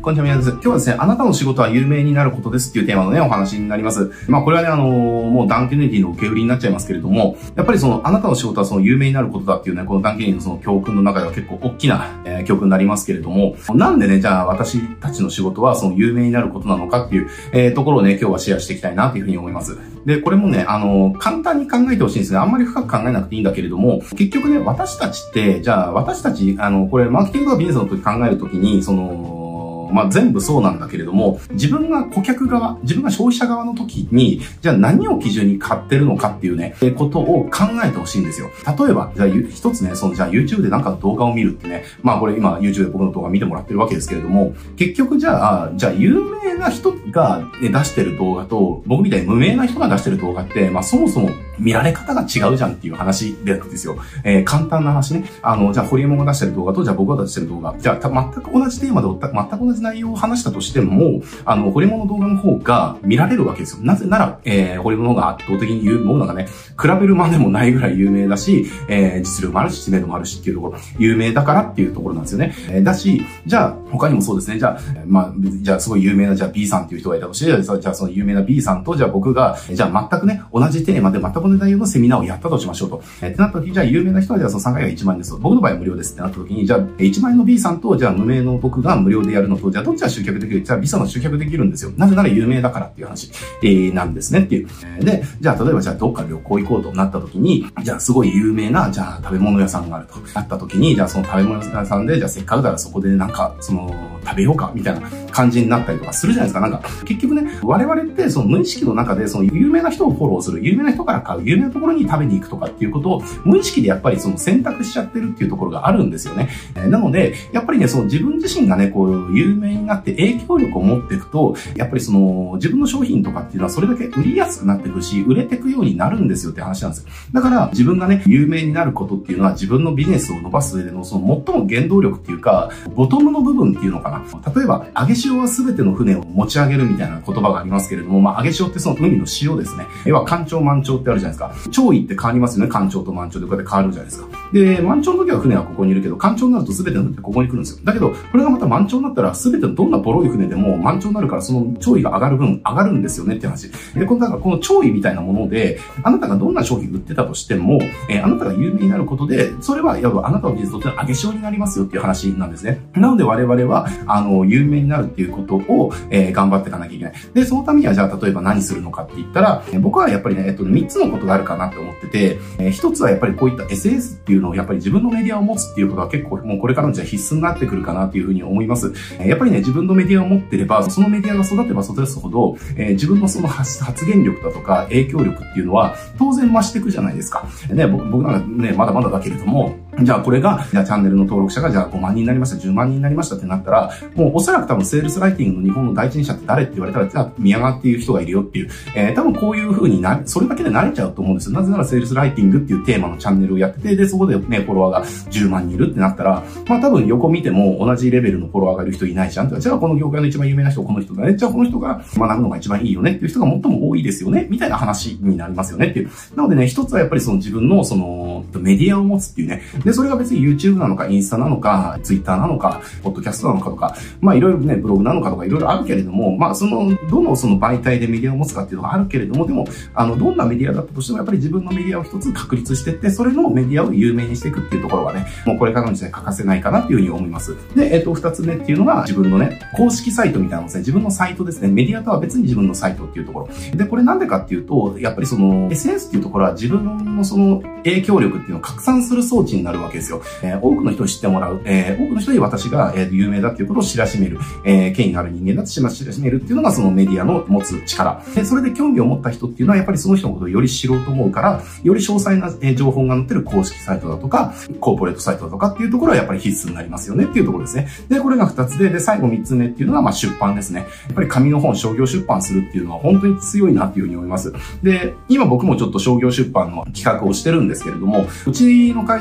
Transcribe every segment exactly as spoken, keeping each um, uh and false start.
こんにちは、宮です。今日はですね、あなたの仕事は有名になることですっていうテーマのね、お話になります。まあ、これはね、あのー、もうダン・ケネディの受け売りになっちゃいますけれども、やっぱりその、あなたの仕事はその有名になることだっていうね、このダン・ケネディのその教訓の中では結構大きな、えー、教訓になりますけれども、なんでね、じゃあ私たちの仕事はその有名になることなのかっていう、えー、ところをね、今日はシェアしていきたいなというふうに思います。で、これもね、あのー、簡単に考えてほしいんですね。あんまり深く考えなくていいんだけれども、結局ね、私たちって、じゃあ私たち、あの、これ、マーケティングとかビジネスの時考えるときに、その、まあ、全部そうなんだけれども、自分が顧客側、自分が消費者側の時に、じゃあ何を基準に買ってるのかっていうね、えことを考えてほしいんですよ。例えば、じゃあ一つね、その、じゃあ YouTube でなんか動画を見るってね、まあこれ今 YouTube で僕の動画見てもらってるわけですけれども、結局じゃあ、じゃあ有名な人が出してる動画と、僕みたいに無名な人が出してる動画って、まあそもそも見られ方が違うじゃんっていう話ですよ。えー、簡単な話ね。あの、じゃあホリエモンが出してる動画と、じゃあ僕が出してる動画、じゃあ全く同じテーマで全く同じ内容を話したとしても、あの、ホリエモンの動画の方が見られるわけですよ。なぜなら、えー、ホリエモンの方が圧倒的に言うものがね、比べるまでもないぐらい有名だし、えー、実力もあるし、知名度もあるしっていうところ、有名だからっていうところなんですよね。えー、だし、じゃあ、他にもそうですね。じゃあ、まあ、じゃあすごい有名な、じゃあ B さんっていう人がいたとして、じゃあその有名な B さんと、じゃあ僕が、じゃあ全くね、同じテーマで全く同じ内容のセミナーをやったとしましょうと。えー、ってなった時、じゃあ有名な人は、じゃあその参加費がいちまん円ですと。僕の場合は無料ですってなった時に、じゃあいちまん円の B さんと、じゃあ無名の僕が無料でやるのと、じゃあどっちが集客できる？じゃあ B さんの集客できるんですよ。なぜなら有名だからっていう話、えー、なんですねっていう。で、じゃあ例えばじゃあどっか旅行行こうとなった時に、じゃあすごい有名な、じゃあ食べ物屋さんがあるとなった時に、じゃあその食べ物屋さんで、じゃあせっかくだからそこでなんか、その、食べようかみたいな感じになったりとかするじゃないですか。なんか、結局ね、我々ってその無意識の中で、その有名な人をフォローする、有名な人から買う、有名なところに食べに行くとかっていうことを無意識でやっぱりその選択しちゃってるっていうところがあるんですよね。えー、なので、やっぱりね、その自分自身がね、こう、有名になって影響力を持っていくと、やっぱりその、自分の商品とかっていうのはそれだけ売りやすくなっていくし、売れていくようになるんですよって話なんですよ。だから、自分がね、有名になることっていうのは自分のビジネスを伸ばす上でのその最も原動力っていうか、ボトムの部分っていうのかな。例えば、揚げ潮は全ての船を持ち上げるみたいな言葉がありますけれども、まあ、揚げ潮ってその海の潮ですね。要は、干潮満潮ってあるじゃないですか。潮位って変わりますよね。干潮と満潮でこうやって変わるじゃないですか。で、満潮の時は船はここにいるけど、干潮になると全ての船ってここに来るんですよ。だけど、これがまた満潮になったら全てのどんなボロい船でも満潮になるからその潮位が上がる分上がるんですよねって話。で、この、だからこの潮位みたいなもので、あなたがどんな商品売ってたとしても、えー、あなたが有名になることで、それは、やっぱあなたの技術とっての上げ潮になりますよっていう話なんですね。なので我々は、あの、有名になるっていうことを、えー、頑張っていかなきゃいけない。で、そのためにはじゃあ例えば何するのかって言ったら、僕はやっぱりね、えっと、三つのことがあるかなって思ってて、えー、一つはやっぱりこういった エスエヌエス っていうのをやっぱり自分のメディアを持つっていうことは結構もうこれからのじゃ必須になってくるかなっていうふうに思います。えー、やっぱりね、自分のメディアを持ってれば、そのメディアが育てば育つほど、えー、自分のその発言力だとか影響力っていうのは当然増していくじゃないですか。ね、僕なんかね、まだまだだけれども、じゃあこれが、じゃあチャンネルの登録者がじゃあごまんにんになりました、じゅうまんにんになりましたってなったら、もうおそらく多分セールスライティングの日本の第一人者って誰って言われたら、じゃあ宮川っていう人がいるよっていう、えー、多分こういう風にな、それだけで慣れちゃうと思うんですよ。なぜならセールスライティングっていうテーマのチャンネルをやってて、で、そこでね、フォロワーがじゅうまんにんいるってなったら、まあ多分横見ても同じレベルのフォロワーがいる人いないじゃん。じゃあこの業界の一番有名な人この人だね。じゃあこの人が学ぶのが一番いいよねっていう人が最も多いですよね。みたいな話になりますよねっていう。なのでね、一つはやっぱりその自分のそのメディアを持つっていうね。で、それが別に YouTube なのか、インスタなのか、Twitter なのか、ポッドキャストなのかとか、まあいろいろね、ブログなのかとかいろいろあるけれども、まあその、どのその媒体でメディアを持つかっていうのがあるけれども、でも、あの、どんなメディアだったとしてもやっぱり自分のメディアを一つ確立していって、それのメディアを有名にしていくっていうところがね、もうこれからの時代欠かせないかなっていうふうに思います。で、えっと、二つ目っていうのが自分のね、公式サイトみたいなのですね、自分のサイトですね、メディアとは別に自分のサイトっていうところ。で、これなんでかっていうと、やっぱりその、エスエヌエス っていうところは自分のその影響力っていうのを拡散する装置になるわけですよ。えー、多くの人に知ってもらう、えー、多くの人に私が、えー、有名だっていうことを知らしめる、えー、権威のある人間だって知らしめるっていうのがそのメディアの持つ力。で、それで興味を持った人っていうのはやっぱりその人のことをより知ろうと思うから、より詳細な、えー、情報が載ってる公式サイトだとか、コーポレートサイトだとかっていうところはやっぱり必須になりますよねっていうところですね。で、これが二つで、で、最後三つ目っていうのはまあ出版ですね。やっぱり紙の本、商業出版するっていうのは本当に強いなっていうふうに思います。で、今僕もちょっと商業出版の企画をしてるんですけれども、うちの会社でです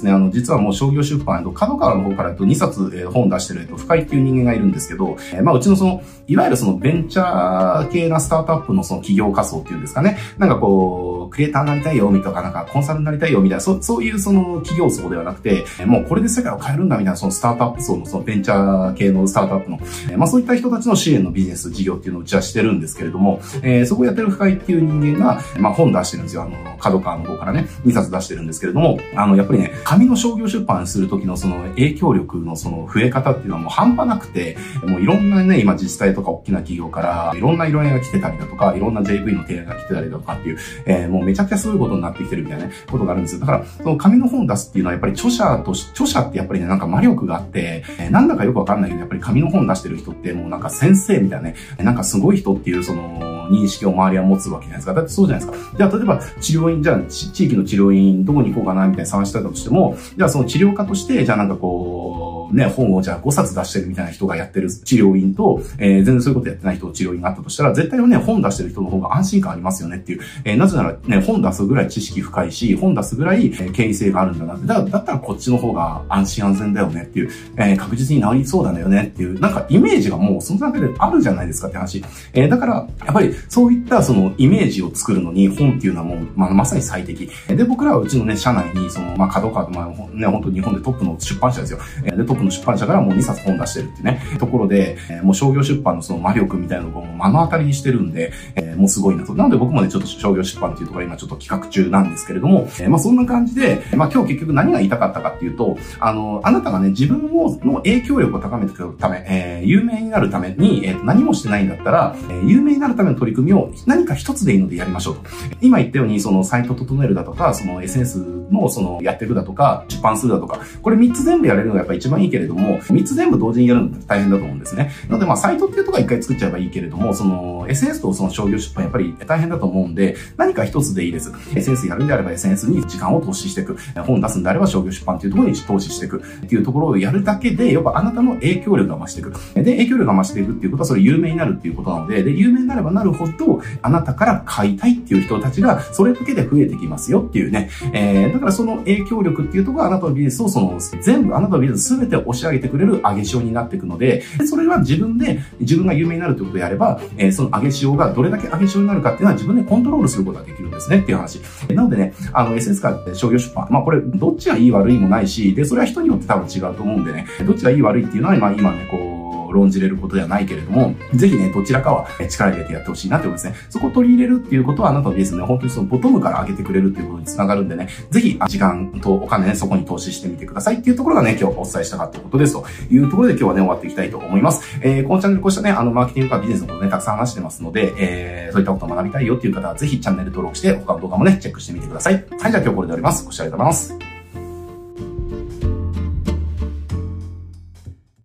ね、あの、実はもう商業出版、角川の方からとにさつ、えー、本出してる、えっと、深井っていう人間がいるんですけど、えー、まあ、うちのその、いわゆるそのベンチャー系なスタートアップのその企業仮想っていうんですかね。なんかこう、クリエイターになりたいよ、みたいな、なんかコンサルになりたいよ、みたいな、そそういうその企業層ではなくて、もうこれで世界を変えるんだ、みたいな、そのスタートアップ層のそのベンチャー系のスタートアップの、えー、まあそういった人たちの支援のビジネス事業っていうのをうちはしてるんですけれども、えー、そこをやってる深井っていう人間が、まあ本出してるんですよ。あの、角川の方からね、にさつ出してるんですけれども、あの、やっぱりね、紙の商業出版する時のその影響力のその増え方っていうのはもう半端なくて、もういろんなね、今自治体とか大きな企業から、いろんな色合いが来てたりだとか、いろんな ジェイブイ の提案が来てたりだとかっていう、えー、もうめちゃくちゃすごいことになってきてるみたいなね、ことがあるんですよ。だから、その紙の本出すっていうのはやっぱり著者とし、著者ってやっぱりね、なんか魔力があって、えー、なんだかよくわかんないけど、やっぱり紙の本出してる人ってもうなんか先生みたいなね、なんかすごい人っていうその認識を周りは持つわけじゃないですか。だってそうじゃないですか。じゃあ例えば治療院、じゃあ地域の治療院どこに行こうかなみたいな探してたとしても、じゃあその治療家として、じゃあなんかこう、ね、本をじゃあごさつ出してるみたいな人がやってる治療院と、えー、全然そういうことやってない人の治療院があったとしたら、絶対ね、本出してる人の方が安心感ありますよねっていう。えー、なぜならね、本出すぐらい知識深いし、本出すぐらい、えー、権威性があるんだなって。だだったらこっちの方が安心安全だよねっていう、えー、確実に治りそうだよねっていう、なんかイメージがもうその中であるじゃないですかって話。えー、だから、やっぱりそういったそのイメージを作るのに本っていうのはもう、まあ、まさに最適。で、僕らはうちのね、社内に、その、まあ、角川と、まあ、ね、本当に日本でトップの出版社ですよ。えー、で、トップの出版社からもうにさつ本出してるっていうね、ところで、えー、もう商業出版のその魔力みたいなのを目の当たりにしてるんで、えー、もうすごいなと。なので僕もね、ちょっと商業出版っていうところ今ちょっと企画中なんですけれども、えー、まあ、そんな感じで、まあ、今日結局何が言いたかったかっていうと、あの、あなたがね、自分を、の影響力を高めていくため、えー、有名になるために、えー、何もしてないんだったら、えー、有名になるための取り組みを何か一つでいいのでやりましょうと。今言ったように、そのサイト整えるだとか、その エスエヌエス のそのやっていくだとか、出版するだとか、これみっつ全部やれるのがやっぱ一番いいけれども、みっつ全部同時にやるのって大変だと思うんですね。なのでまあサイトっていうとこは一回作っちゃえばいいけれども、その エスエヌエス とその商業出版やっぱり大変だと思うんで、何か一つでいいです。エスエヌエス やるんであれば エスエヌエス に時間を投資していく。本出すんであれば商業出版っていうところに投資していくっていうところをやるだけで、やっぱあなたの影響力が増していく。で、影響力が増していくっていうことはそれ有名になるっていうことなので、で、有名になればなるほど、あなたから買いたいっていう人たちがそれだけで増えてきますよっていうね。えー、だからその影響力っていうところがあなたのビジネスをその全部あなたのビジネス全て押し上げてくれる上げ潮になっていくので、それは自分で自分が有名になるということであれば、えー、その上げ潮がどれだけ上げ潮になるかっていうのは自分でコントロールすることができるんですねっていう話。なのでね、あの エスエヌエス から商業出版、まあこれどっちがいい悪いもないし、で、それは人によって多分違うと思うんでね、どっちがいい悪いっていうのは今今ね、こう、論じれることではないけれども、ぜひね、どちらかは力入れてやってほしいなって思いますね。そこを取り入れるっていうことはあなたのビジネスね、本当にそのボトムから上げてくれるっていうことにつながるんでね、ぜひ時間とお金ね、そこに投資してみてくださいっていうところがね、今日お伝えしたかったことですというところで今日はね、終わっていきたいと思います。えー、このチャンネルこうしたね、あの、マーケティングとかビジネスのことね、たくさん話してますので、えー、そういったことを学びたいよっていう方はぜひチャンネル登録して他の動画もね、チェックしてみてください。はい、じゃあ今日これで終わります。ご視聴ありがとうございます。